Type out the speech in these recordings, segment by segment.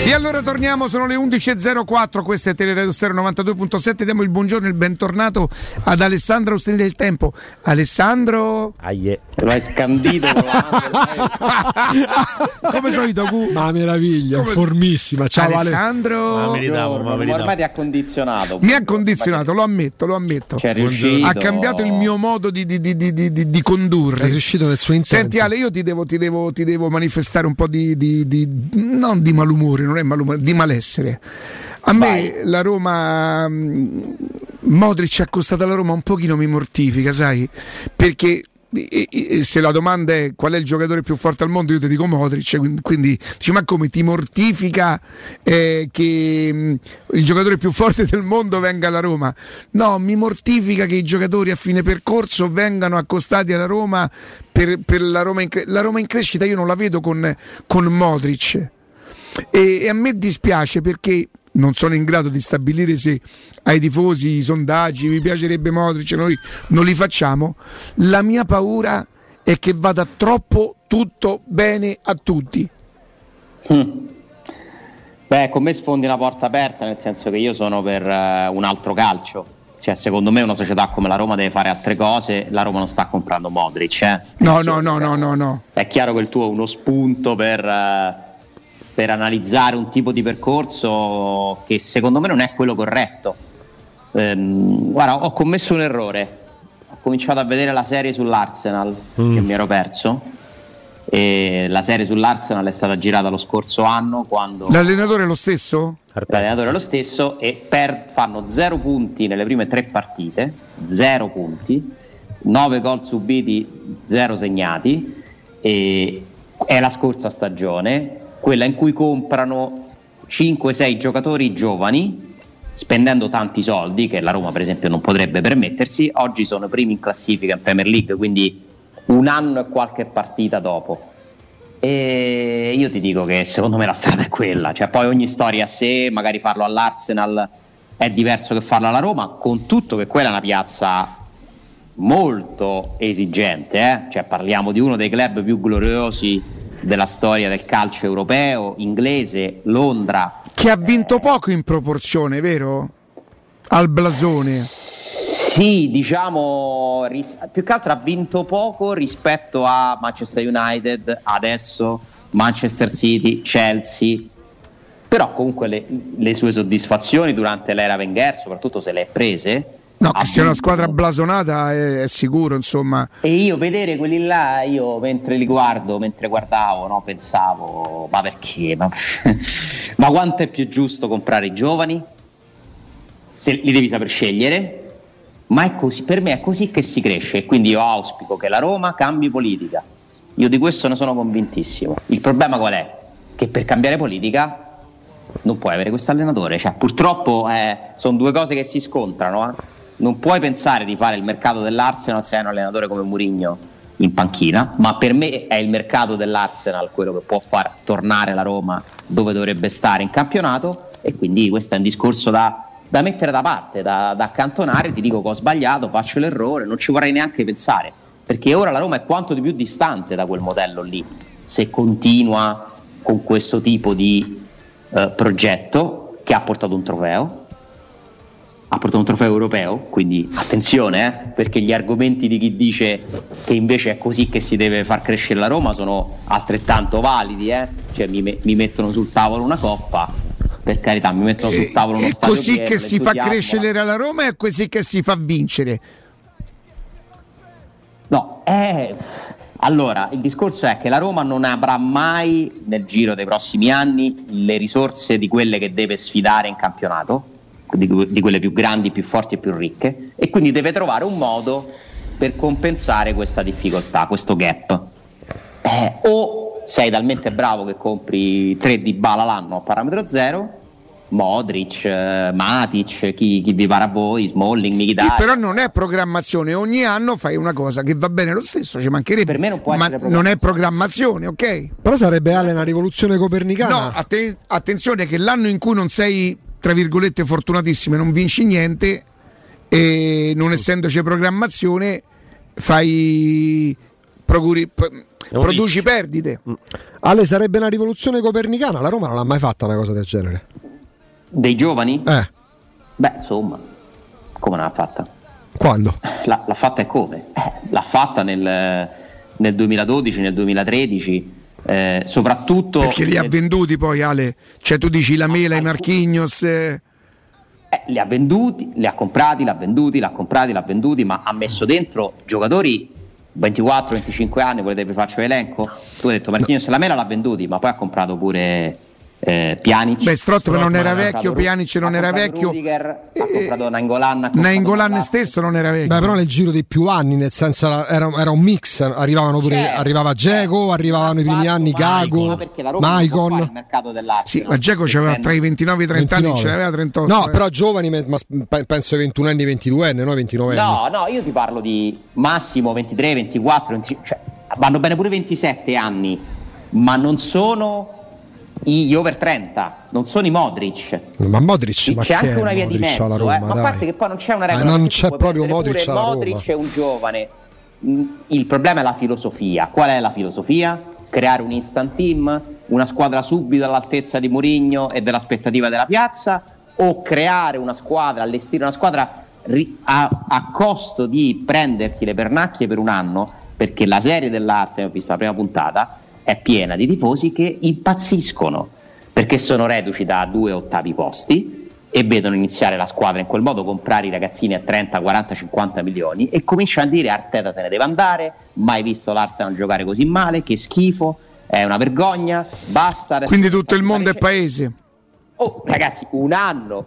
E allora torniamo, sono le 11.04, questa è Teleradio Stereo 92.7, diamo il buongiorno e il bentornato ad Alessandro Ostini del Tempo. Alessandro? Lo hai scandito con la come solito, ma meraviglia, formissima. Ciao Alessandro. Ma ormai ti ha condizionato. Mi ha condizionato, lo ammetto. Ha cambiato il mio modo di condurre. È riuscito nel suo intento. Senti Ale, io ti devo manifestare un po' non di malumore, non è malumore, di malessere. A me la Roma, Modric accostata alla Roma un pochino mi mortifica, sai? Perché se la domanda è qual è il giocatore più forte al mondo, io ti dico Modric, quindi dici ma come ti mortifica che il giocatore più forte del mondo venga alla Roma? No, mi mortifica che i giocatori a fine percorso vengano accostati alla Roma per la Roma in crescita. Io non la vedo con Modric e a me dispiace perché non sono in grado di stabilire se ai tifosi i sondaggi mi piacerebbe Modric, noi non li facciamo. La mia paura è che vada troppo tutto bene a tutti. Beh, con me sfondi una porta aperta, nel senso che io sono per un altro calcio. Cioè, secondo me una società come la Roma deve fare altre cose. La Roma non sta comprando Modric. No. È chiaro che il tuo è uno spunto per analizzare un tipo di percorso che secondo me non è quello corretto. Guarda, ho commesso un errore. Ho cominciato a vedere la serie sull'Arsenal che mi ero perso, e la serie sull'Arsenal è stata girata lo scorso anno, quando l'allenatore è lo stesso? L'allenatore è lo stesso e fanno 0 punti nelle prime 3 partite, 0 punti, 9 gol subiti, 0 segnati, e è la scorsa stagione, quella in cui comprano 5-6 giocatori giovani spendendo tanti soldi che la Roma per esempio non potrebbe permettersi. Oggi sono primi in classifica in Premier League, quindi un anno e qualche partita dopo, e io ti dico che secondo me la strada è quella. Cioè, poi ogni storia a sé, magari farlo all'Arsenal è diverso che farlo alla Roma, con tutto che quella è una piazza molto esigente, Cioè, parliamo di uno dei club più gloriosi della storia del calcio europeo, inglese, Londra, che ha vinto poco in proporzione, vero? Al blasone. Sì, diciamo più che altro ha vinto poco rispetto a Manchester United, adesso Manchester City, Chelsea, però comunque le sue soddisfazioni durante l'era Wenger, soprattutto se le è prese. No, che sia una squadra blasonata è sicuro, insomma. E io vedere quelli là, mentre guardavo, no, pensavo, ma perché? Ma quanto è più giusto comprare i giovani? Se li devi saper scegliere. Ma è così, per me è così che si cresce, e quindi io auspico che la Roma cambi politica. Io di questo ne sono convintissimo. Il problema qual è? Che per cambiare politica non puoi avere questo allenatore. Cioè, purtroppo sono due cose che si scontrano, Non puoi pensare di fare il mercato dell'Arsenal se hai un allenatore come Mourinho in panchina, ma per me è il mercato dell'Arsenal quello che può far tornare la Roma dove dovrebbe stare in campionato, e quindi questo è un discorso da mettere da parte, da accantonare. Ti dico che ho sbagliato, faccio l'errore, non ci vorrei neanche pensare, perché ora la Roma è quanto di più distante da quel modello lì, se continua con questo tipo di progetto che ha portato un trofeo. Ha portato un trofeo europeo, quindi attenzione, perché gli argomenti di chi dice che invece è così che si deve far crescere la Roma sono altrettanto validi, Cioè mi mettono sul tavolo una coppa, per carità, mi mettono sul tavolo uno stadio così pieno, che si fa crescere la Roma, e così che si fa vincere. No, allora il discorso è che la Roma non avrà mai nel giro dei prossimi anni le risorse di quelle che deve sfidare in campionato, di quelle più grandi, più forti e più ricche, e quindi deve trovare un modo per compensare questa difficoltà, questo gap. O sei talmente bravo che compri 3 Dybala l'anno a parametro zero, Modric, Matic, chi vi pare a voi, Smalling, Mkhitaryan. Però non è programmazione, ogni anno fai una cosa che va bene lo stesso, ci mancherebbe. Per me non può essere non è programmazione, ok? Però sarebbe una rivoluzione copernicana. No, attenzione che l'anno in cui non sei, tra virgolette, fortunatissimo e non vinci niente, e non essendoci programmazione, fai produci perdite. Ale, sarebbe una rivoluzione copernicana, la Roma non l'ha mai fatta una cosa del genere. Dei giovani? Beh, insomma, come l'ha fatta? Quando? L'ha fatta e come? L'ha fatta nel 2012, nel 2013, soprattutto perché li ha venduti poi, Ale, cioè tu dici la Mela, i Marquinhos, li ha venduti, li ha comprati, l'ha venduti, ma ha messo dentro giocatori 24-25 anni. Volete che vi faccio l'elenco? Tu hai detto Marquinhos e la Mela l'ha venduti, ma poi ha comprato pure Pjanic. Beh, Strootman non era vecchio, Pjanic non era vecchio, Rudiger, ha comprato Nainggolan stesso non era vecchio. Beh, però nel giro di più anni, nel senso era un mix, arrivavano pure, arrivava Dzeko, arrivavano i primi anni Gago, Maicon. Sì, ma Dzeko c'aveva tra i 29 e i 30 anni, ce n'aveva 38. No, però giovani, ma penso ai 21 anni, 22 anni, no 29 anni. No, io ti parlo di massimo 23, 24, 25, cioè vanno bene pure 27 anni, ma non sono gli over 30, non sono i Modric. Ma Modric, c'è anche una via di mezzo, Roma, ma a parte che poi non c'è una regola, non c'è proprio Modric alla Roma. Modric è un giovane. Il problema è la filosofia. Qual è la filosofia? Creare un instant team, una squadra subito all'altezza di Mourinho e dell'aspettativa della piazza, o creare una squadra, allestire una squadra a costo di prenderti le pernacchie per un anno, perché la serie dell'Arsenal, ho visto la prima puntata, è piena di tifosi che impazziscono perché sono reduci da 2 ottavi posti e vedono iniziare la squadra in quel modo, comprare i ragazzini a 30, 40, 50 milioni e cominciano a dire Arteta se ne deve andare, mai visto l'Arsenal giocare così male, che schifo, è una vergogna, basta. Quindi tutto il mondo è paese. Oh ragazzi, un anno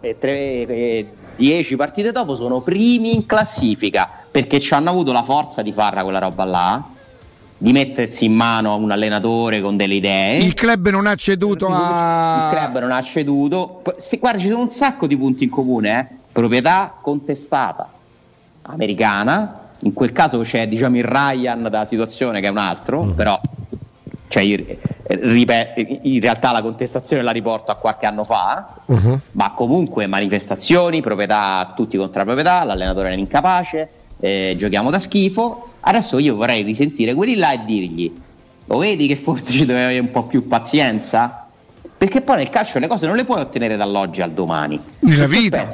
e 10 partite dopo sono primi in classifica perché ci hanno avuto la forza di farla quella roba là, di mettersi in mano a un allenatore con delle idee. Il club non ha ceduto Il club non ha ceduto. Se guarda, ci sono un sacco di punti in comune, proprietà contestata americana, in quel caso c'è diciamo il Ryan della situazione che è un altro, però cioè in realtà la contestazione la riporto a qualche anno fa, ma comunque manifestazioni, proprietà, tutti contro la proprietà, l'allenatore è incapace, giochiamo da schifo. Adesso io vorrei risentire quelli là e dirgli: lo vedi che forse ci deve avere un po' più pazienza? Perché poi nel calcio le cose non le puoi ottenere dall'oggi al domani. Nella vita.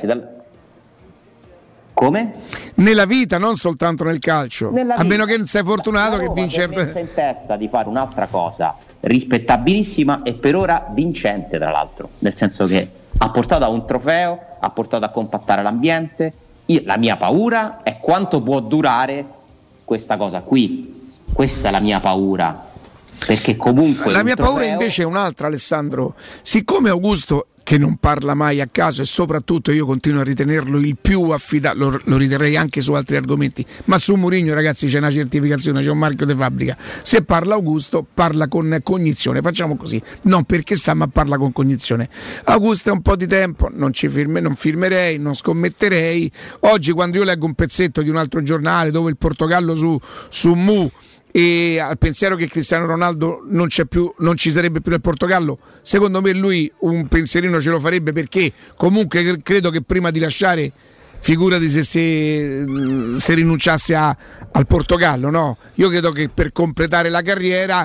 Come? Nella vita, non soltanto nel calcio. A meno che non sei fortunato che vince. Si è messa in testa di fare un'altra cosa rispettabilissima e per ora vincente, tra l'altro, nel senso che ha portato a un trofeo, ha portato a compattare l'ambiente. La mia paura è quanto può durare questa cosa qui. Questa è la mia paura, perché comunque la mia paura invece è un'altra, Alessandro. Siccome Augusto, che non parla mai a caso e soprattutto io continuo a ritenerlo il più affidato, lo riterrei anche su altri argomenti, ma su Mourinho ragazzi c'è una certificazione, c'è un marchio di fabbrica. Se parla Augusto parla con cognizione, facciamo così, non perché sa ma parla con cognizione. Augusto è un po' di tempo, non firmerei, non scommetterei. Oggi quando io leggo un pezzetto di un altro giornale dove il Portogallo su Mu e al pensiero che Cristiano Ronaldo non ci sarebbe più nel Portogallo, secondo me lui un pensierino ce lo farebbe, perché comunque credo che prima di lasciare, figurati se rinunciasse al Portogallo, no? Io credo che per completare la carriera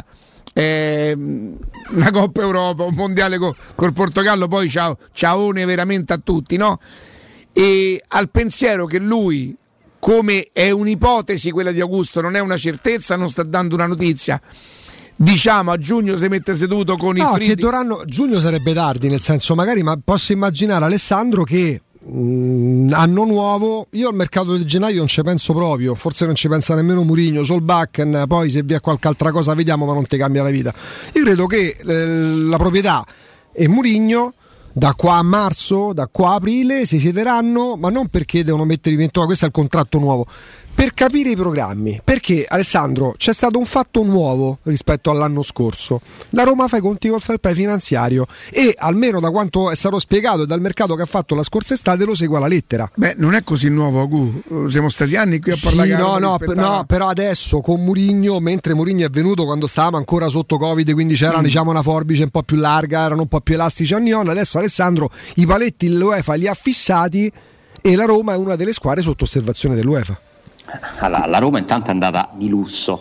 una Coppa Europa, un mondiale col Portogallo, poi ciaone veramente a tutti, no? E al pensiero che lui, come è un'ipotesi quella di Augusto, non è una certezza, non sta dando una notizia, diciamo a giugno si mette seduto con i Friedi. Giugno sarebbe tardi, nel senso, magari, ma posso immaginare Alessandro che anno nuovo, io al mercato di gennaio non ci penso proprio, forse non ci pensa nemmeno Mourinho, Solbakken, poi se vi è qualche altra cosa vediamo, ma non ti cambia la vita. Io credo che la proprietà e Mourinho da qua a marzo, da qua a aprile si siederanno, ma non perché devono mettere in divento, questo è il contratto nuovo, per capire i programmi, perché Alessandro c'è stato un fatto nuovo rispetto all'anno scorso: la Roma fa i conti col fair play finanziario e almeno da quanto è stato spiegato e dal mercato che ha fatto la scorsa estate lo segue alla lettera. Beh, non è così nuovo, siamo stati anni qui a parlare. No, però adesso con Mourinho, mentre Mourinho è venuto quando stavamo ancora sotto Covid, quindi c'era diciamo una forbice un po' più larga, erano un po' più elastici ogni anno. Adesso Alessandro i paletti l'UEFA li ha fissati e la Roma è una delle squadre sotto osservazione dell'UEFA. Allora, la Roma intanto è andata di lusso,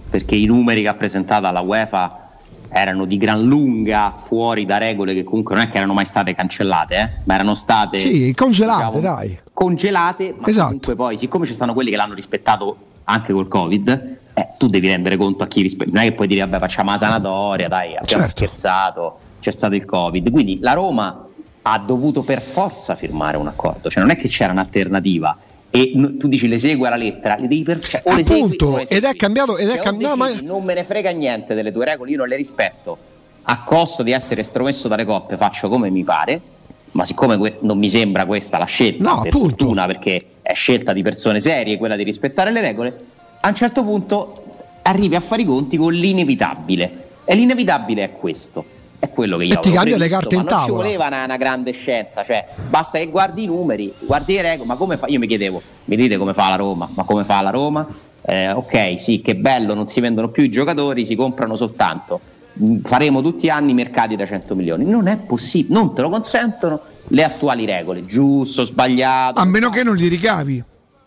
perché i numeri che ha presentato alla UEFA erano di gran lunga fuori da regole che comunque non è che erano mai state cancellate, ma erano state congelate, dai. Congelate, ma comunque poi, siccome ci stanno quelli che l'hanno rispettato anche col Covid, tu devi rendere conto a chi rispetta. Non è che puoi dire vabbè, facciamo la sanatoria, dai, abbiamo scherzato, c'è stato il Covid. Quindi la Roma ha dovuto per forza firmare un accordo, cioè non è che c'era un'alternativa. E tu dici le segui alla lettera, le devi o le appunto, segui, ed è cambiato, non me ne frega niente delle tue regole, io non le rispetto, a costo di essere estromesso dalle coppe faccio come mi pare, ma siccome non mi sembra questa la scelta, per fortuna, perché è scelta di persone serie quella di rispettare le regole, a un certo punto arrivi a fare i conti con l'inevitabile, e l'inevitabile è questo. È quello che io ti cambia le carte in tavola. Non ci voleva una grande scienza, cioè basta che guardi i numeri, guardi le regole, ma come fa? Io mi chiedevo, mi dite come fa la Roma? Ma come fa la Roma? Ok, sì, che bello, non si vendono più i giocatori, si comprano soltanto. Faremo tutti gli anni mercati da 100 milioni. Non è possibile, non te lo consentono le attuali regole, giusto, sbagliato. A meno che non li ricavi.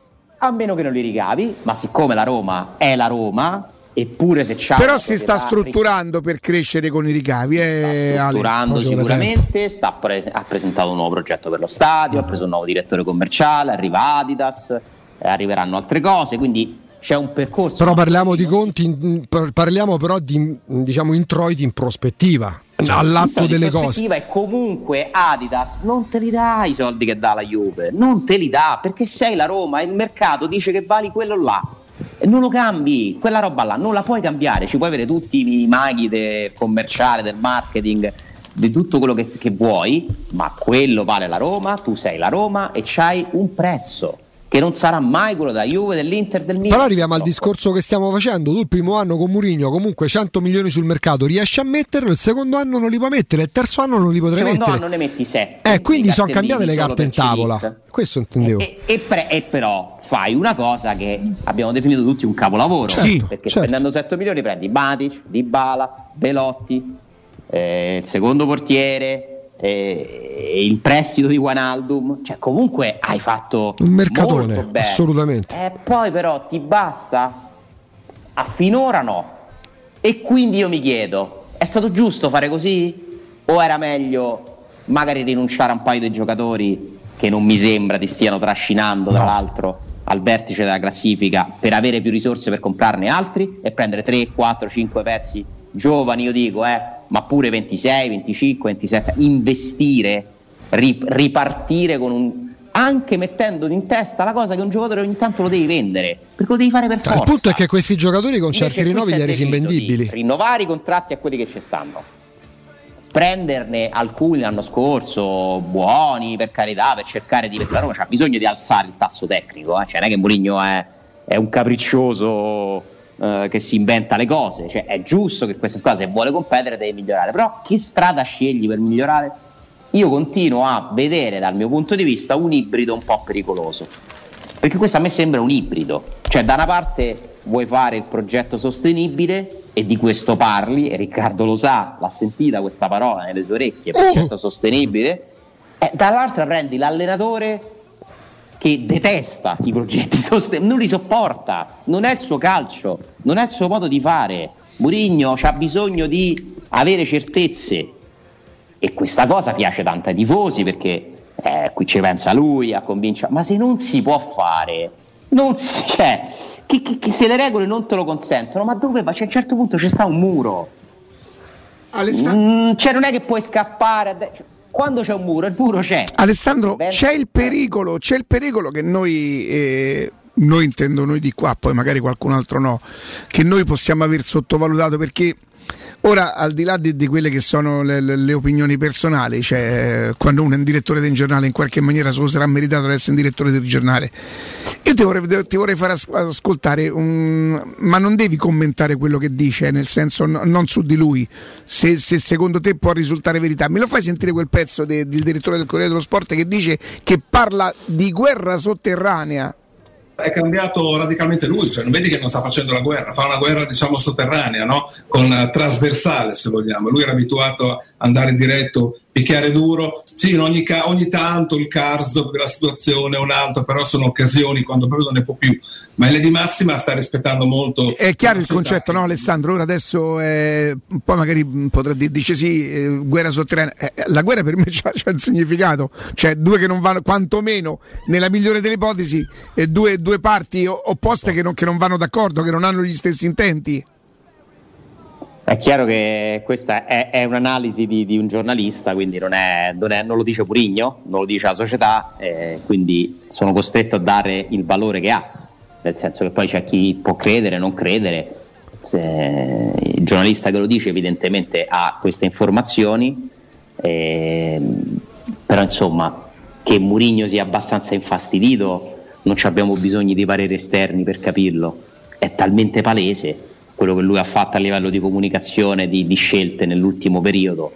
A meno che non li ricavi, ma siccome la Roma è la Roma, eppure se c'ha però si sta strutturando per crescere con i ricavi, sta strutturando sicuramente, ha presentato un nuovo progetto per lo stadio, ha preso un nuovo direttore commerciale, arriva Adidas, arriveranno altre cose, quindi c'è un percorso. Però parliamo di conti, parliamo però di, diciamo, introiti in prospettiva, all'atto delle cose. E comunque Adidas non te li dà i soldi che dà la Juve, non te li dà, perché sei la Roma e il mercato dice che vali quello là. E non lo cambi, quella roba là non la puoi cambiare, ci puoi avere tutti i maghi del commerciale, del marketing, di tutto quello che vuoi, ma quello vale la Roma, tu sei la Roma e c'hai un prezzo che non sarà mai quello da Juve, dell'Inter, del Milan. Però arriviamo al discorso che stiamo facendo, tu il primo anno con Mourinho comunque 100 milioni sul mercato riesci a metterlo, il secondo anno non li puoi mettere, il terzo anno non li potrai mettere. Il secondo anno ne metti 7. Quindi sono cambiate le carte in tavola. Questo intendevo. E però fai una cosa che abbiamo definito tutti un capolavoro, perché spendendo 7 milioni prendi Matic, Dybala, Belotti, il secondo portiere, il prestito di Wijnaldum, cioè comunque hai fatto un mercatone, molto bene. Assolutamente. Poi però ti basta? Finora no. E quindi io mi chiedo, è stato giusto fare così? O era meglio magari rinunciare a un paio di giocatori che non mi sembra ti stiano trascinando, tra l'altro, al vertice della classifica, per avere più risorse per comprarne altri e prendere 3, 4, 5 pezzi giovani, io dico, ma pure 26, 25, 27, investire, ripartire con anche mettendo in testa la cosa che un giocatore ogni tanto lo devi vendere, perché lo devi fare per forza. Il punto è che questi giocatori con certi rinnovi li hai resi invendibili. Rinnovare i contratti a quelli che ci stanno, prenderne alcuni l'anno scorso buoni, per carità, per cercare di la Roma c'ha bisogno di alzare il tasso tecnico, cioè non è che Mourinho è un capriccioso che si inventa le cose, cioè è giusto che questa squadra, se vuole competere, deve migliorare, però che strada scegli per migliorare? Io continuo a vedere dal mio punto di vista un ibrido un po' pericoloso, perché questo a me sembra un ibrido, cioè da una parte vuoi fare il progetto sostenibile e di questo parli, e Riccardo lo sa, l'ha sentita questa parola nelle sue orecchie, progetto sostenibile, dall'altra prendi l'allenatore che detesta i progetti sostenibili, non li sopporta, non è il suo calcio, non è il suo modo di fare. Mourinho ha bisogno di avere certezze e questa cosa piace tanto ai tifosi, perché qui ci pensa lui a convincere, ma se non si può fare, che se le regole non te lo consentono, ma dove va? Cioè, a un certo punto c'è sta un muro, cioè non è che puoi scappare, quando c'è un muro, il muro c'è. Alessandro, c'è il pericolo che noi intendo noi di qua, poi magari qualcun altro no, che noi possiamo aver sottovalutato, perché ora, al di là di quelle che sono le opinioni personali, cioè quando uno è un direttore di un giornale in qualche maniera se lo sarà meritato di essere un direttore del giornale, io ti vorrei far ascoltare ma non devi commentare quello che dice, nel senso non su di lui, se secondo te può risultare verità. Me lo fai sentire quel pezzo del direttore del Corriere dello Sport che dice che parla di guerra sotterranea? È cambiato radicalmente lui, cioè non vedi che non sta facendo la guerra, fa una guerra diciamo sotterranea, no? Con trasversale, se vogliamo. Lui era abituato andare diretto, picchiare duro. Sì, ogni tanto il Karsdorp della situazione è un altro, però sono occasioni quando proprio non ne può più. Ma in linea di massima sta rispettando molto. È chiaro il concetto, no Alessandro? Ora adesso poi magari potrà dice sì, guerra sotterranea. La guerra per me c'ha un significato, cioè due che non vanno, quantomeno nella migliore delle ipotesi, due parti opposte che non vanno d'accordo, che non hanno gli stessi intenti. È chiaro che questa è un'analisi di un giornalista, quindi non lo dice Mourinho, non lo dice la società, quindi sono costretto a dare il valore che ha, nel senso che poi c'è chi può credere, non credere. Il giornalista che lo dice evidentemente ha queste informazioni, però insomma che Mourinho sia abbastanza infastidito non ci abbiamo bisogno di pareri esterni per capirlo, è talmente palese quello che lui ha fatto a livello di comunicazione, di scelte nell'ultimo periodo.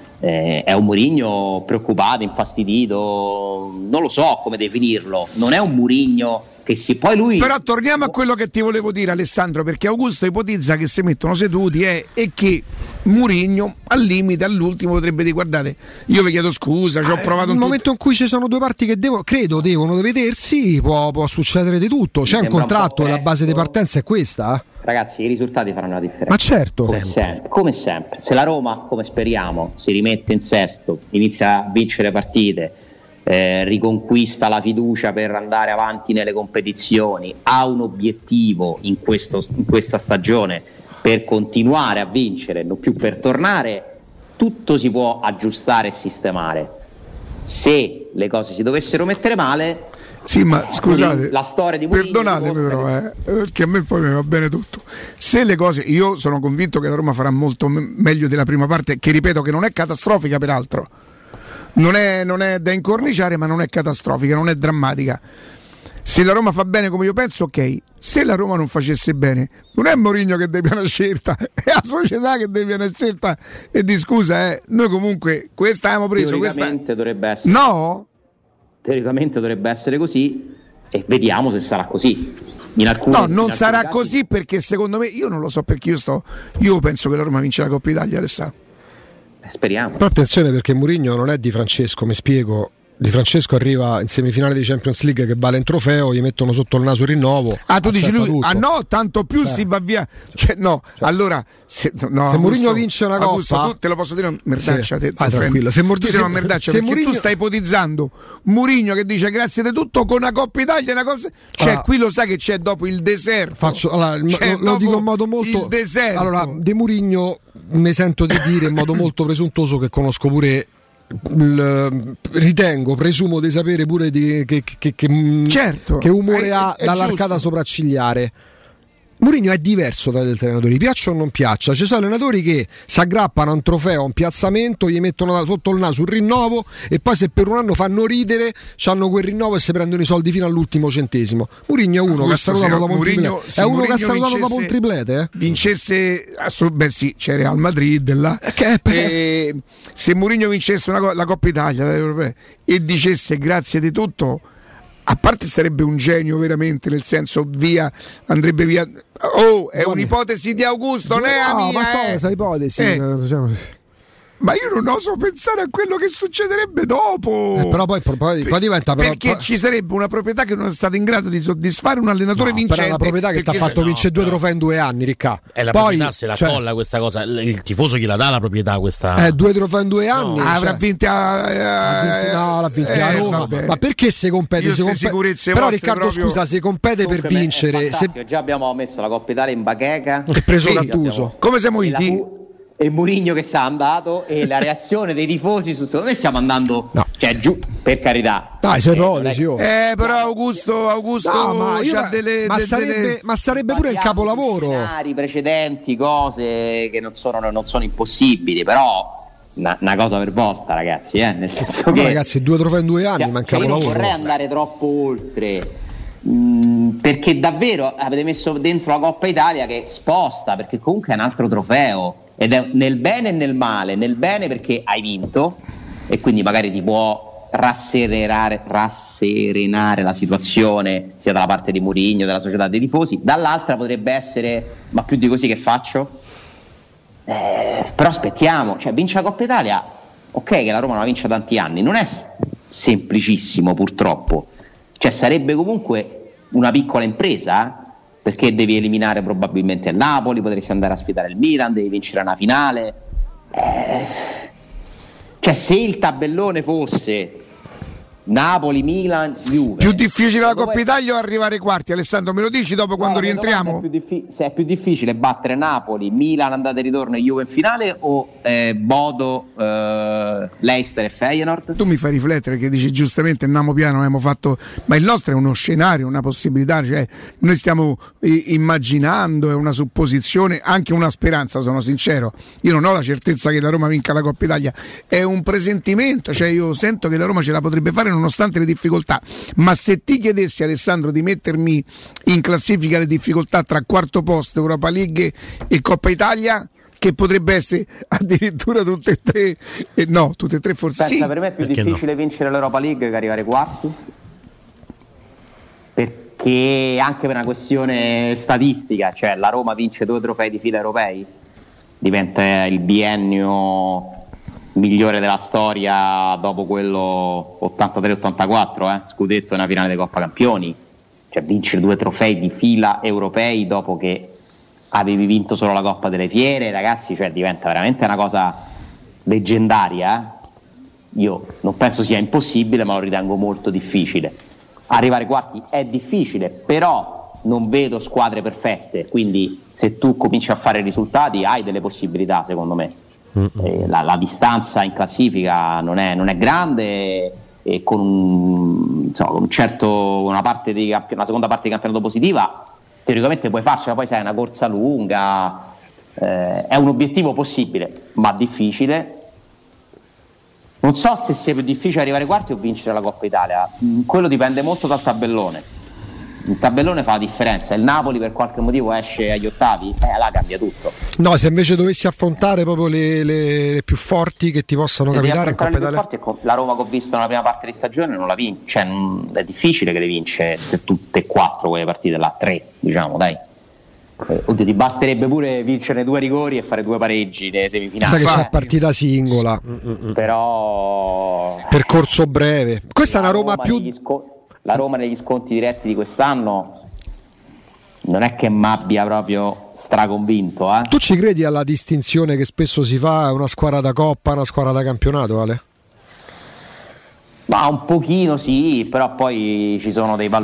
È un Mourinho preoccupato, infastidito, non lo so come definirlo, non è un Mourinho che si poi lui. Però torniamo a quello che ti volevo dire, Alessandro, perché Augusto ipotizza che si mettono seduti e che Mourinho al limite all'ultimo potrebbe dire guardate, io vi chiedo scusa, ci ho provato nel momento in cui ci sono due parti che devono vedersi, può succedere di tutto, c'è un contratto, la base di partenza è questa. Ragazzi, i risultati faranno la differenza. Ma certo, come sempre. Se la Roma, come speriamo, si rimette in sesto, inizia a vincere partite, riconquista la fiducia per andare avanti nelle competizioni, ha un obiettivo in questa stagione per continuare a vincere, non più per tornare, tutto si può aggiustare e sistemare. Se le cose si dovessero mettere male, sì, ma scusate, la storia di Mourinho, perdonatemi però, perché a me poi mi va bene tutto. Se le cose, io sono convinto che la Roma farà molto meglio della prima parte, che ripeto che non è catastrofica peraltro, non è da incorniciare, ma non è catastrofica, non è drammatica. Se la Roma fa bene come io penso, ok. Se la Roma non facesse bene, non è Mourinho che deve una scelta, è la società che deve una scelta. E di scusa, noi comunque questa abbiamo preso, teoricamente dovrebbe essere. No? Teoricamente dovrebbe essere così e vediamo se sarà così. Non sarà così, perché secondo me, io non lo so perché io penso che la Roma vince la Coppa Italia, Alessandro. Speriamo. Però attenzione, perché Mourinho non è Di Francesco, mi spiego. Di Francesco arriva in semifinale di Champions League che vale un trofeo, gli mettono sotto il naso il rinnovo. Tu dici lui tutto. No, tanto più si va via. Allora se Mourinho vince una Augusto, Coppa, tu te lo posso dire una merdaccia, sì. Tranquillo. Se Mourinho, tu stai ipotizzando Mourinho che dice grazie di tutto con una Coppa Italia, una cosa. Qui lo sai che c'è dopo il deserto. Lo dico in modo molto il deserto. Allora, di Mourinho mi sento di dire in modo molto presuntuoso che conosco pure. Presumo di sapere pure certo, che umore ha dall'arcata giusto. Sopraccigliare. Mourinho è diverso dagli altri allenatori, piaccia o non piaccia. Ci sono allenatori che si aggrappano a un trofeo, a un piazzamento, gli mettono sotto il naso un rinnovo e poi se per un anno fanno ridere, c'hanno quel rinnovo e si prendono i soldi fino all'ultimo centesimo. Mourinho è uno che ha salutato dopo un triplete. È uno che ha salutato dopo un triplete. Vincesse sì, c'è Real Madrid là. Se Mourinho vincesse la Coppa Italia e dicesse grazie di tutto, a parte sarebbe un genio veramente, nel senso andrebbe via. È un'ipotesi di Augusto, non è la mia. Ma so ipotesi. Ma io non oso pensare a quello che succederebbe dopo. Però poi diventa perché ci sarebbe una proprietà che non è stata in grado di soddisfare un allenatore vincente. Però è una proprietà che ti ha fatto vincere 2 trofei in 2 anni, Ricca. È la proprietà, se la colla questa cosa. Il tifoso chi la dà la proprietà questa? 2 trofei in 2 anni. Avrà vinto l'ha vinto a Roma. Ma perché se compete? Però Riccardo, scusa, se compete per vincere. Già abbiamo messo la Coppa Italia in bacheca e preso Gattuso. Come siamo uniti? E Mourinho che si è andato e la reazione dei tifosi secondo me stiamo andando giù, per carità. Dai, sei ipotesi. Però Augusto ma sarebbe pure il capolavoro. Scenari precedenti, cose che non sono impossibili, però una cosa per volta, ragazzi, nel senso che ragazzi 2 trofei in 2 anni, manca io non lavoro. vorrei andare troppo oltre. Perché davvero avete messo dentro la Coppa Italia che sposta, perché comunque è un altro trofeo ed è nel bene e nel male. Nel bene perché hai vinto e quindi magari ti può rasserenare la situazione sia dalla parte di Mourinho, della società, dei tifosi. Dall'altra potrebbe essere ma più di così che faccio? Però aspettiamo, cioè vince la Coppa Italia, ok che la Roma non la vince da tanti anni, non è semplicissimo purtroppo, cioè sarebbe comunque una piccola impresa, perché devi eliminare probabilmente il Napoli, potresti andare a sfidare il Milan, devi vincere una finale, cioè se il tabellone fosse Napoli, Milan, Juve, più difficile la Coppa Italia o arrivare ai quarti? Alessandro, me lo dici dopo quando rientriamo? Se è più difficile battere Napoli, Milan andata e ritorno e Juve in finale o Bodo, Leicester e Feyenoord? Tu mi fai riflettere, che dici giustamente Namo piano abbiamo fatto, ma il nostro è uno scenario, una possibilità, cioè noi stiamo immaginando, è una supposizione, anche una speranza, sono sincero. Io non ho la certezza che la Roma vinca la Coppa Italia, è un presentimento, cioè io sento che la Roma ce la potrebbe fare nonostante le difficoltà, ma se ti chiedessi, Alessandro, di mettermi in classifica le difficoltà tra quarto posto, Europa League e Coppa Italia, che potrebbe essere addirittura tutte e tre, no, tutte e tre forse. Pensa, sì. per me è più difficile vincere l'Europa League che arrivare ai quarti, perché anche per una questione statistica, cioè la Roma vince 2 trofei di fila europei, diventa il biennio migliore della storia dopo quello 83-84, scudetto nella finale di Coppa Campioni, cioè vincere 2 trofei di fila europei dopo che avevi vinto solo la Coppa delle Fiere, ragazzi, cioè diventa veramente una cosa leggendaria. Io non penso sia impossibile, ma lo ritengo molto difficile. Arrivare ai quarti è difficile, però non vedo squadre perfette, quindi se tu cominci a fare risultati hai delle possibilità, secondo me. La distanza in classifica non è grande, e con una seconda parte di campionato positiva teoricamente puoi farcela, poi sai, è una corsa lunga, è un obiettivo possibile ma difficile. Non so se sia più difficile arrivare ai quarti o vincere la Coppa Italia, quello dipende molto dal tabellone. Il tabellone fa la differenza, il Napoli per qualche motivo esce agli ottavi, là cambia tutto. No, se invece dovessi affrontare proprio le più forti che ti possano capitare in Coppa Italia, la Roma che ho visto nella prima parte di stagione non la vince, cioè è difficile che le vince tutte e 4 quelle partite là, 3 diciamo, dai. Oddio, ti basterebbe pure vincere 2 rigori e fare 2 pareggi nelle semifinali. sai che c'è partita singola, però percorso breve. Questa è una Roma più la Roma negli sconti diretti di quest'anno non è che mi abbia proprio straconvinto. Tu ci credi alla distinzione che spesso si fa una squadra da Coppa, una squadra da campionato, Ale? Ma un pochino sì, però poi ci sono dei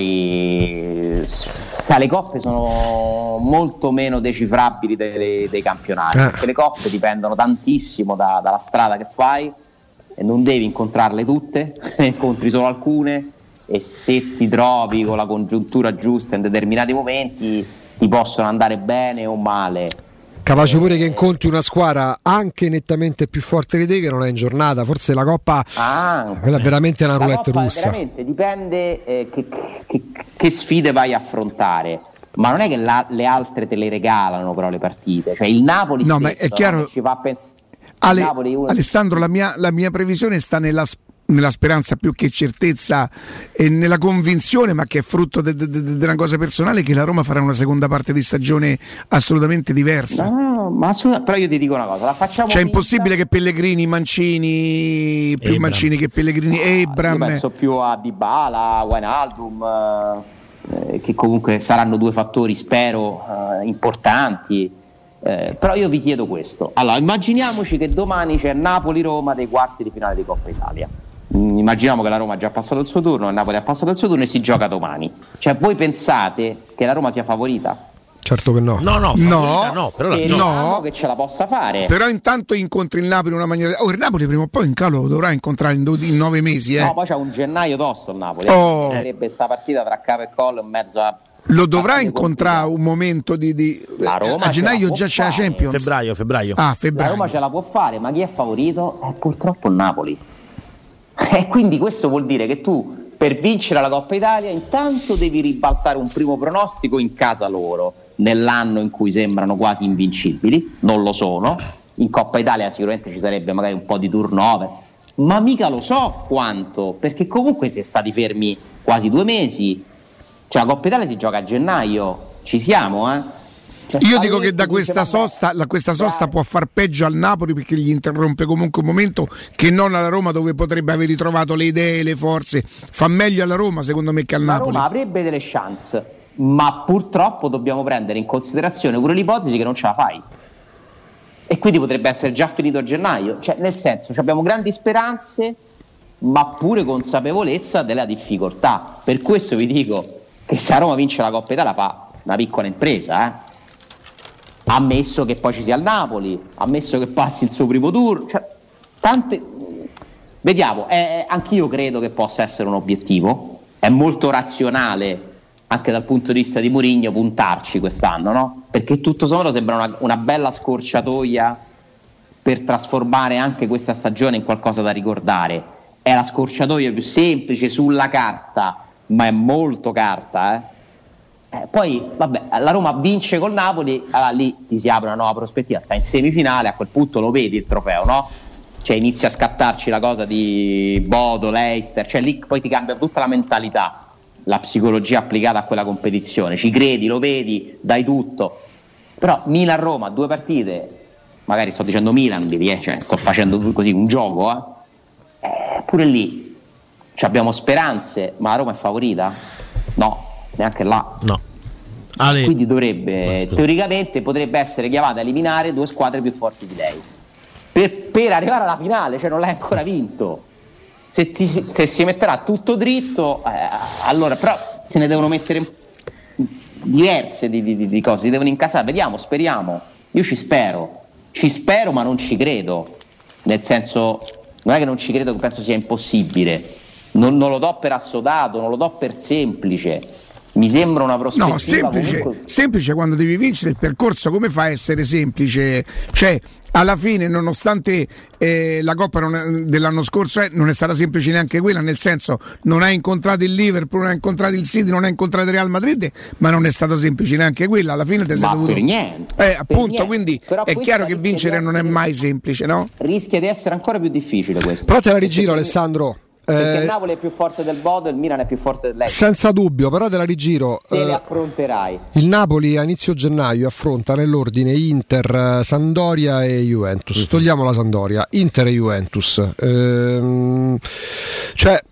valori. Sai, le coppe sono molto meno decifrabili dei campionati, perché le coppe dipendono tantissimo dalla strada che fai e non devi incontrarle tutte, ne incontri solo alcune, e se ti trovi con la congiuntura giusta in determinati momenti ti possono andare bene o male. Capace pure che incontri una squadra anche nettamente più forte di te che non è in giornata, forse la Coppa quella è veramente una roulette russa. Veramente dipende che sfide vai a affrontare, ma non è che le altre te le regalano però le partite, cioè il Napoli no, stesso, ma è chiaro, ci fa pensare. Alessandro, la mia previsione sta nella speranza più che certezza e nella convinzione, ma che è frutto di una cosa personale, che la Roma farà una seconda parte di stagione assolutamente diversa. Però io ti dico una cosa, la facciamo. Cioè è impossibile che Pellegrini, Mancini, più Ebram. Mancini che Pellegrini, Ebram. Io penso più a Dybala, Wijnaldum, che comunque saranno 2 fattori, spero, importanti. Però io vi chiedo questo. Allora, immaginiamoci che domani c'è Napoli-Roma dei quarti di finale di Coppa Italia. Immaginiamo che la Roma ha già passato il suo turno, il Napoli ha passato il suo turno e si gioca domani. Cioè, voi pensate che la Roma sia favorita? Certo che no. No, però Speriamo che ce la possa fare. Però intanto incontri il Napoli in una maniera. Il Napoli prima o poi in calo dovrà incontrare in 9 mesi. No, poi c'è un gennaio tosto il Napoli. Sarebbe sta partita tra capo e collo in mezzo a. Lo dovrà incontrare un momento di La Roma a gennaio già c'è la fare. Champions. Febbraio. Ah, La febbraio. Roma ce la può fare, ma chi è favorito? È purtroppo il Napoli. E quindi questo vuol dire che tu, per vincere la Coppa Italia, intanto devi ribaltare un primo pronostico in casa loro, nell'anno in cui sembrano quasi invincibili, non lo sono. In Coppa Italia sicuramente ci sarebbe magari un po' di turnover, ma mica lo so quanto, perché comunque si è stati fermi quasi 2 mesi. Cioè la Coppa Italia si gioca a gennaio, ci siamo, Io dico che da questa sosta può far peggio al Napoli, perché gli interrompe comunque un momento, che non alla Roma, dove potrebbe aver ritrovato le idee, le forze. Fa meglio alla Roma secondo me che al Napoli. La Roma avrebbe delle chance, ma purtroppo dobbiamo prendere in considerazione pure l'ipotesi che non ce la fai, e quindi potrebbe essere già finito a gennaio. Cioè, nel senso, abbiamo grandi speranze ma pure consapevolezza della difficoltà. Per questo vi dico che se la Roma vince la Coppa Italia fa una piccola impresa, ammesso che poi ci sia il Napoli, ammesso che passi il suo primo tour, cioè, vediamo. Anch'io credo che possa essere un obiettivo, è molto razionale anche dal punto di vista di Mourinho puntarci quest'anno, no? Perché tutto sommato sembra una bella scorciatoia per trasformare anche questa stagione in qualcosa da ricordare. È la scorciatoia più semplice sulla carta, ma è molto carta, Poi vabbè, la Roma vince col Napoli, allora lì ti si apre una nuova prospettiva, sta in semifinale, a quel punto lo vedi il trofeo, no? Cioè inizia a scattarci la cosa di Bodo, Leicester, cioè lì poi ti cambia tutta la mentalità, la psicologia applicata a quella competizione, ci credi, lo vedi, dai tutto. Però Milan-Roma, 2 partite, magari sto dicendo Milan, cioè sto facendo così un gioco, pure lì abbiamo speranze, ma la Roma è favorita? No, neanche là. No. Quindi teoricamente potrebbe essere chiamata a eliminare 2 squadre più forti di lei per arrivare alla finale, cioè non l'hai ancora vinto. Se si metterà tutto dritto, allora però se ne devono mettere diverse di cose, si devono incasare. Vediamo, speriamo. Io ci spero, ma non ci credo, nel senso, non è che non ci credo, che penso sia impossibile, non lo do per assodato, non lo do per semplice, mi sembra una prospettiva. No, semplice quando devi vincere. Il percorso come fa a essere semplice? Cioè, alla fine, nonostante la Coppa dell'anno scorso non è stata semplice neanche quella, nel senso, non hai incontrato il Liverpool, non hai incontrato il City, non hai incontrato il Real Madrid, ma non è stato semplice neanche quella. Alla fine ti sei dovuto per niente, appunto, quindi però è chiaro che vincere non è mai semplice, no? Rischia di essere ancora più difficile questo. Però te la rigiro, Alessandro. Perché il Napoli è più forte del Bodo e il Milan è più forte dell'Leicester. Senza dubbio, però te la rigiro. Se le affronterai. Il Napoli a inizio gennaio affronta nell'ordine Inter, Sampdoria e Juventus. Togliamo la Sampdoria, Inter e Juventus. Cioè,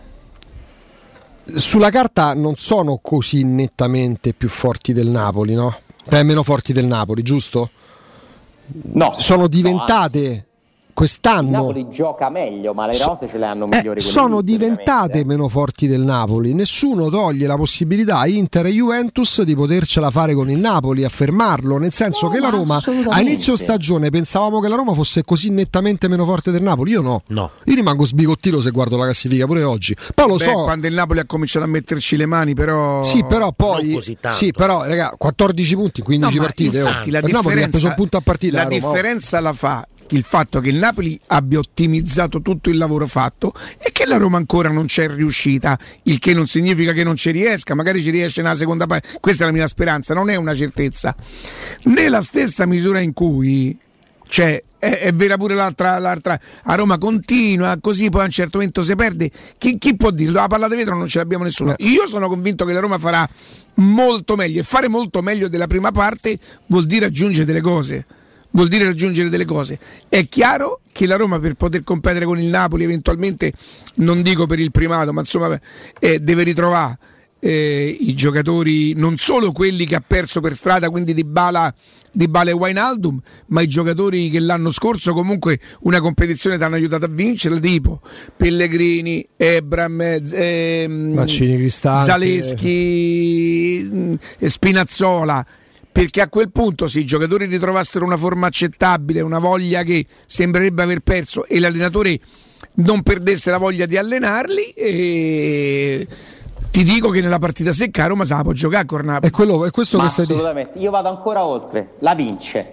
sulla carta non sono così nettamente più forti del Napoli, no? Meno forti del Napoli, giusto? No. Sono diventate... Quest'anno il Napoli gioca meglio, ma le rose ce le hanno migliori. Sono diventate meno forti del Napoli. Nessuno toglie la possibilità a Inter e Juventus di potercela fare con il Napoli, affermarlo, nel senso che la Roma a inizio stagione pensavamo che la Roma fosse così nettamente meno forte del Napoli. Io no. Io rimango sbigottito se guardo la classifica pure oggi. Poi lo so quando il Napoli ha cominciato a metterci le mani, però sì, però poi non così tanto. Sì, però raga, 14 punti in 15 partite. Infatti, la Napoli ha preso un punto a partita. La differenza la fa il fatto che il Napoli abbia ottimizzato tutto il lavoro fatto e che la Roma ancora non c'è riuscita, il che non significa che non ci riesca, magari ci riesce nella seconda parte. Questa è la mia speranza, non è una certezza. Nella stessa misura in cui è vera pure l'altra, a Roma continua così, poi a un certo momento si perde. Chi può dire? La palla di vetro non ce l'abbiamo nessuno. Io sono convinto che la Roma farà molto meglio, e fare molto meglio della prima parte vuol dire aggiungere delle cose. È chiaro che la Roma, per poter competere con il Napoli eventualmente, non dico per il primato, ma insomma deve ritrovare i giocatori, non solo quelli che ha perso per strada, quindi Dybala e Wijnaldum, ma i giocatori che l'anno scorso comunque una competizione ti hanno aiutato a vincere, tipo Pellegrini, Ebram, Mancini, Cristante, Zaleschi, Spinazzola. Perché a quel punto, se i giocatori ritrovassero una forma accettabile, una voglia che sembrerebbe aver perso, e l'allenatore non perdesse la voglia di allenarli, ti dico che nella partita secca Roma se la può giocare con Napoli. È questo ma che assolutamente. Io vado ancora oltre, la vince.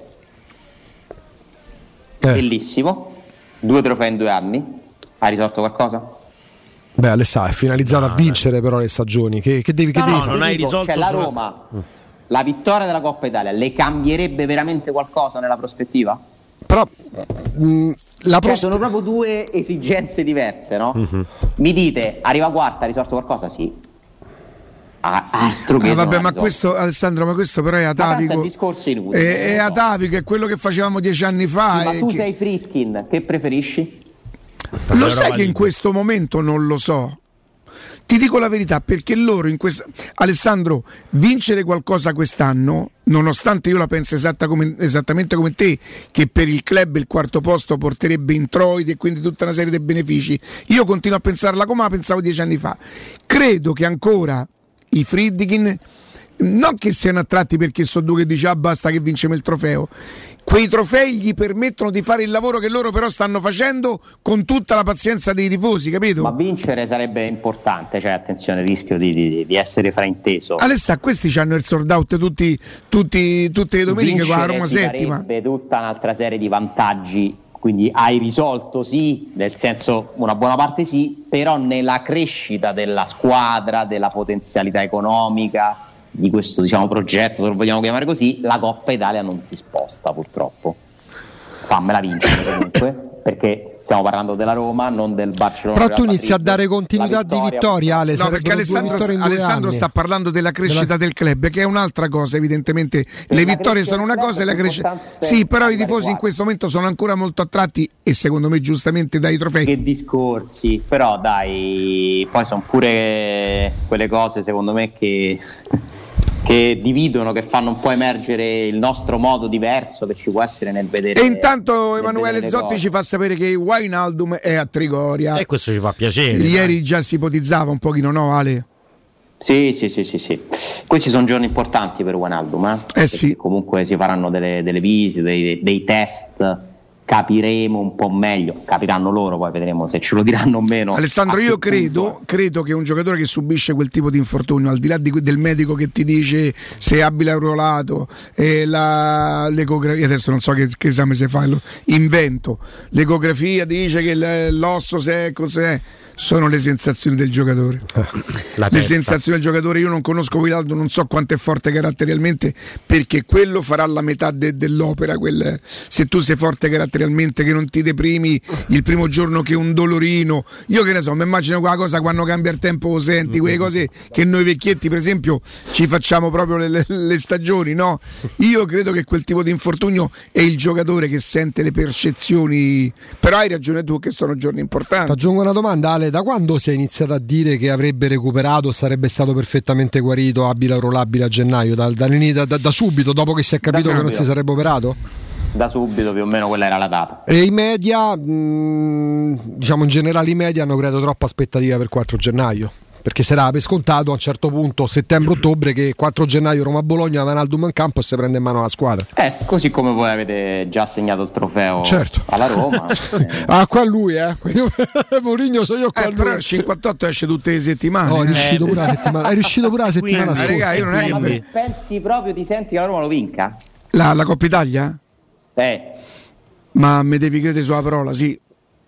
Bellissimo, 2 trofei in 2 anni. Ha risolto qualcosa? Beh, Alessà, è finalizzata a vincere però le stagioni. Che devi fare? Non hai risolto. Cioè, la Roma, la vittoria della Coppa Italia le cambierebbe veramente qualcosa nella prospettiva? Però sono proprio 2 esigenze diverse, no? Mi dite, arriva quarta, ha risolto qualcosa? Sì. altro che vabbè, ma questo, Alessandro, ma questo però è atavico. È atavico, è quello che facevamo 10 anni fa. Ma tu sei Friedkin, che preferisci? Lo sai che in questo momento non lo so. Ti dico la verità, perché loro Alessandro, vincere qualcosa quest'anno, nonostante io la penso esattamente come te, che per il club il quarto posto porterebbe introiti e quindi tutta una serie di benefici, io continuo a pensarla come la pensavo 10 anni fa. Credo che ancora i Friedkin non che siano attratti perché so due che dice basta che vinciamo il trofeo, quei trofei gli permettono di fare il lavoro che loro però stanno facendo con tutta la pazienza dei tifosi, capito? Ma vincere sarebbe importante, cioè attenzione, il rischio di essere frainteso. Alessà, questi hanno il sold out tutte le domeniche con la Roma settima, sarebbe tutta un'altra serie di vantaggi, quindi hai risolto sì, nel senso una buona parte sì, però nella crescita della squadra, della potenzialità economica di questo, diciamo, progetto, se lo vogliamo chiamare così, la Coppa Italia non si sposta purtroppo. Fammela vincere comunque, perché stiamo parlando della Roma, non del Barcellona. Però tu inizi a dare continuità di vittoria, Ale. No, perché Alessandro sta parlando della crescita del club, che è un'altra cosa, evidentemente. Le vittorie sono una cosa e la crescita. Sì, però i tifosi in questo momento sono ancora molto attratti e secondo me giustamente dai trofei. Che discorsi, però dai, poi sono pure quelle cose secondo me che dividono, che fanno un po' emergere il nostro modo diverso che ci può essere nel vedere. E intanto Emanuele Zotti ci fa sapere che Wijnaldum è a Trigoria. E questo ci fa piacere. Ieri già si ipotizzava un pochino, no Ale? Sì. Questi sono giorni importanti per Wijnaldum, sì. Comunque si faranno delle visite, dei test. Capiremo un po' meglio, capiranno loro, poi vedremo se ce lo diranno o meno. Alessandro, io credo che un giocatore che subisce quel tipo di infortunio, al di là del medico che ti dice se è abile a ruolato, l'ecografia, adesso non so che esame si fa, invento, l'ecografia dice che l'osso cos'è, sono le sensazioni del giocatore. Le sensazioni del giocatore, io non conosco Wijnaldum, non so quanto è forte caratterialmente, perché quello farà la metà dell'opera. Se tu sei forte caratterialmente, che non ti deprimi il primo giorno, che un dolorino, io che ne so, mi immagino quella cosa quando cambia il tempo, lo senti, quelle cose che noi vecchietti per esempio ci facciamo proprio le stagioni, no? Io credo che quel tipo di infortunio è il giocatore che sente le percezioni, però hai ragione tu che sono giorni importanti. Ti aggiungo una domanda, Ale. Da quando si è iniziato a dire che avrebbe recuperato, sarebbe stato perfettamente guarito, abile a rollabile a gennaio? Da subito, dopo che si è capito che non si sarebbe operato? Da subito, più o meno quella era la data. E i media, diciamo in generale i media hanno creato troppa aspettativa per 4 gennaio. Perché si era per scontato a un certo punto, settembre-ottobre, che 4 gennaio Roma-Bologna, Wijnaldum in campo e si prende in mano la squadra. Così come voi avete già assegnato il trofeo, certo, alla Roma. Qua lui, Mourinho so io qua lui. Però il 58 esce tutte le settimane. No, è riuscito pure la settimana. È riuscito pure la settimana scorsa. Raga, io non è che pensi proprio, ti senti che la Roma lo vinca? La Coppa Italia? Ma me devi credere sulla parola, sì.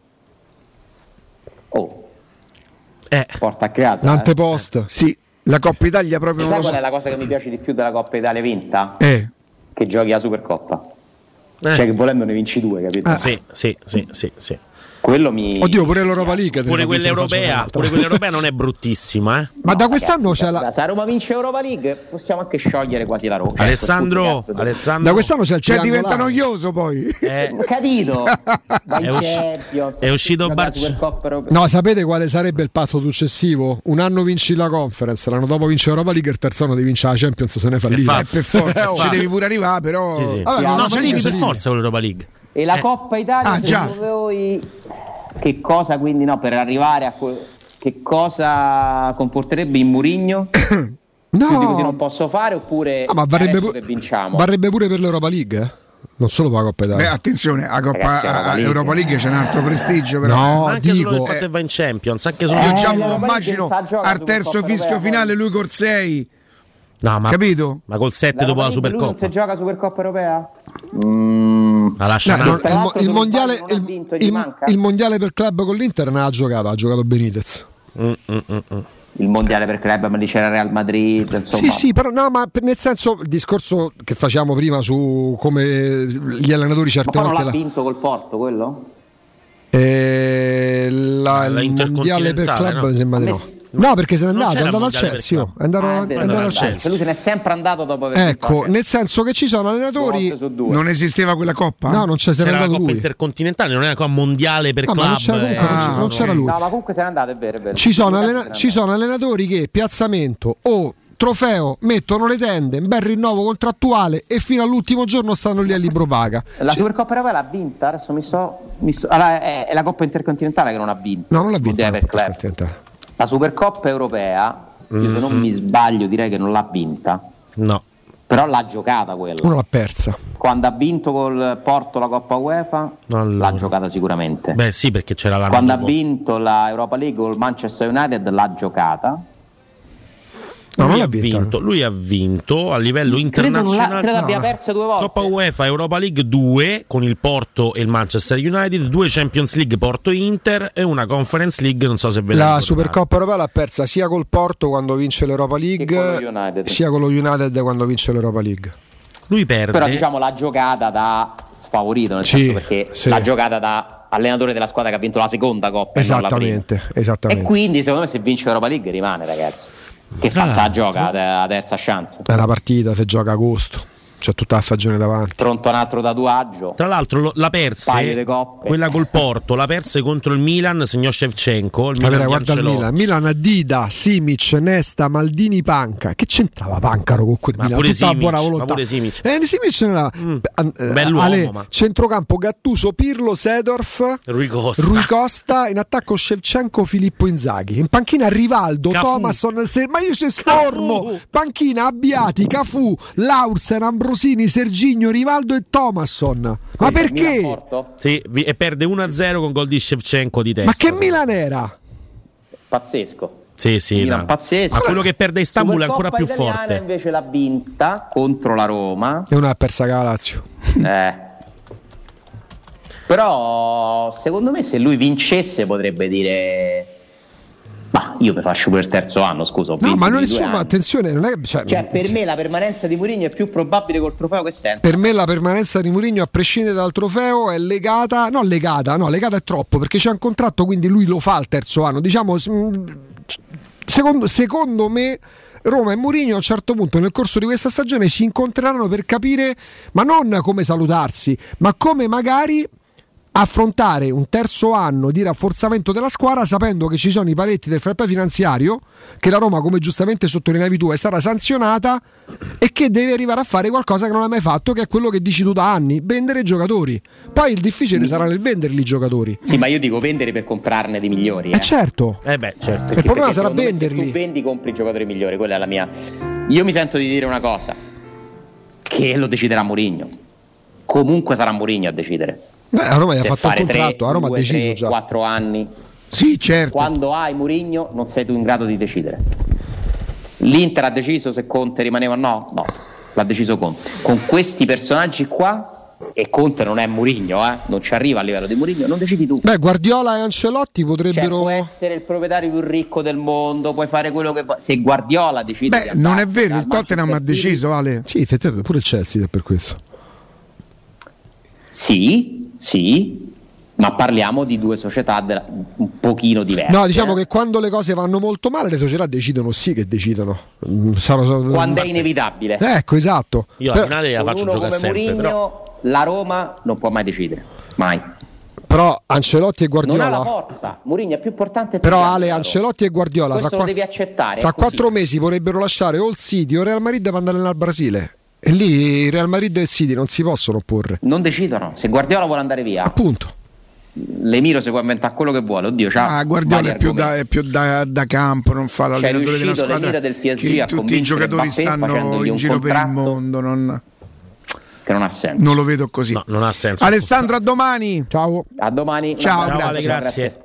Porta a casa. L'antepost. Sì, la Coppa Italia proprio non lo so. Qual è la cosa che mi piace di più della Coppa Italia vinta? Che giochi la Supercoppa. Cioè che volendo ne vinci 2, capito? Sì. Quello mi... Oddio, pure l'Europa League. Pure quella europea non è bruttissima, Ma da quest'anno c'è se Roma vince Europa League possiamo anche sciogliere quasi la Roma. Alessandro, da quest'anno c'è il diventa noioso poi. Capito? È uscito No, sapete quale sarebbe il passo successivo? Un anno vinci la Conference, l'anno dopo vince l'Europa League, il terzo anno ti vince la Champions, se ne fa lì. Per forza, ci devi pure arrivare, però. Sì. Allora, c'è per forza con l'Europa League. E la Coppa Italia, secondo voi, che cosa quindi per arrivare a che cosa comporterebbe in Mourinho? No, così non posso fare, oppure ma varrebbe che vinciamo? Varrebbe pure per l'Europa League, non solo per la Coppa Italia. Attenzione, la Coppa Europa League c'è un altro prestigio, però. No, anche dico, solo il fatto che va in Champions, anche solo immagino al terzo fischio finale lui Corsei. No, ma capito? Ma col 7 dopo la Supercoppa. Non si gioca Supercoppa europea? La lascia il mondiale per club con l'Inter non ha giocato Benitez. Il mondiale per club, ma dice il Real Madrid, insomma. Sì, però no, ma nel senso, il discorso che facciamo prima su come gli allenatori certe volte. Ma non l'ha vinto col Porto quello? Il mondiale per club, no? mi sembra di no. No, perché se n'è Non andato, è c'era andato al mondiale Chelsea. per È andato al al Chelsea. Lui se n'è sempre andato dopo aver Ecco, vinto, nel senso che ci sono allenatori. su due. Non esisteva quella coppa? No, non c'è, se n'è C'era la andato Coppa lui. Intercontinentale, non era qua mondiale per No, ma club. non c'era, comunque non c'era lui. No, ma comunque se n'è andato, è vero. Ci sono allenatori che piazzamento o trofeo mettono le tende, un bel rinnovo contrattuale e fino all'ultimo giorno stanno lì a libro paga. La Supercoppa Europea l'ha vinta, adesso mi so allora, è la Coppa Intercontinentale che non ha vinto. No, non l'ha vinta. La Supercoppa Europea, io se non mi sbaglio direi che non l'ha vinta. No. Però l'ha giocata quella. Uno l'ha persa. Quando ha vinto col Porto la Coppa UEFA, l'ha giocata sicuramente. Beh, sì, perché c'era la Quando ha vinto la Europa League col Manchester United l'ha giocata. No, Lui ha vinto a livello internazionale. Credo abbia perso 2 volte. Coppa UEFA, Europa League 2 con il Porto e il Manchester United, 2 Champions League Porto Inter e una Conference League, non so se ve la Supercoppa Europea l'ha persa sia col Porto quando vince l'Europa League sia con lo United quando vince l'Europa League. Lui perde. Però diciamo l'ha giocata da sfavorito, nel senso perché l'ha giocata da allenatore della squadra che ha vinto la seconda Coppa. Esattamente. E quindi secondo me se vince l'Europa League rimane, ragazzi. Che fa gioca la terza chance? È una partita, se gioca agosto, c'è tutta la stagione davanti. Pronto un altro tatuaggio. Tra l'altro la perse, quella col Porto, la perse contro il Milan, segnò Shevchenko. Guarda il Milan, Dida, Simic, Nesta, Maldini, Panca. Che c'entrava Pancaro con quel Milan? Pure tutta Simic, buona volontà. Pure Simic. Simic non era bell'uomo, centrocampo Gattuso, Pirlo, Sedorf, Rui Costa, in attacco Shevchenko, Filippo Inzaghi, in panchina Rivaldo, Cafù. Thomasson, ma io ci stormo, panchina Abbiati, Cafù, Laursen, Ambrosini, Serginho, Rivaldo e Thomasson. Ma perché? Sì, e perde 1-0 con gol di Shevchenko di testa. Ma che Milan era? Pazzesco. Sì, Milan pazzesco. Ma quello che perde Istanbul è ancora più forte. Invece l'ha vinta contro la Roma. E una ha persa con la Lazio. Però secondo me se lui vincesse potrebbe dire: ma io mi faccio pure il terzo anno, scusa. No, ma non nessuno, attenzione, non è, cioè per me la permanenza di Mourinho è più probabile col trofeo che senza. Per me la permanenza di Mourinho, a prescindere dal trofeo, è legata è troppo, perché c'è un contratto, quindi lui lo fa il terzo anno. Diciamo, secondo me Roma e Mourinho a un certo punto nel corso di questa stagione si incontreranno per capire, ma non come salutarsi, ma come magari affrontare un terzo anno di rafforzamento della squadra, sapendo che ci sono i paletti del fair play finanziario, che la Roma, come giustamente sottolineavi tu, è stata sanzionata e che deve arrivare a fare qualcosa che non ha mai fatto, che è quello che dici tu da anni: vendere giocatori. Poi il difficile sarà nel venderli i giocatori. Sì, ma io dico vendere per comprarne di migliori. Certo. Certo. Il problema sarà venderli. Se tu vendi, compri giocatori migliori, quella è la mia. Io mi sento di dire una cosa, che lo deciderà Mourinho. Comunque sarà Mourinho a decidere. A Roma gli ha fatto un contratto, a Roma ha deciso 3, già 4 anni. Sì, certo. Quando hai Mourinho non sei tu in grado di decidere. L'Inter ha deciso se Conte rimaneva o no? No, l'ha deciso Conte. Con questi personaggi qua, e Conte non è Mourinho, non ci arriva a livello di Mourinho, non decidi tu. Guardiola e Ancelotti potrebbero, può essere il proprietario più ricco del mondo, puoi fare quello che vuoi. Se Guardiola decide non è vero, il Tottenham ha deciso, Ale. Sì, pure il Chelsea è per questo. Sì, ma parliamo di due società un pochino diverse. No, diciamo che quando le cose vanno molto male le società decidono, sì che decidono. Quando è inevitabile. Ecco, esatto. Io alla finale la faccio giocare sempre. Mourinho, però la Roma non può mai decidere, mai. Però Ancelotti e Guardiola non ha la forza. Mourinho è più importante. Però Ale, Ancelotti e Guardiola lo devi accettare. Fra 4 mesi vorrebbero lasciare o il City o il Real Madrid per andare al Brasile. E lì il Real Madrid e il City non si possono opporre. Non decidono. Se Guardiola vuole andare via, appunto, l'Emiro si può inventare quello che vuole. Oddio, Guardiola è più da campo, non fa l'allenatore della squadra. Del PSG che tutti i giocatori stanno in giro per il mondo. Che non ha senso. Non lo vedo così. No, non ha senso. Alessandro, a domani. Ciao. A domani. Ciao, grazie.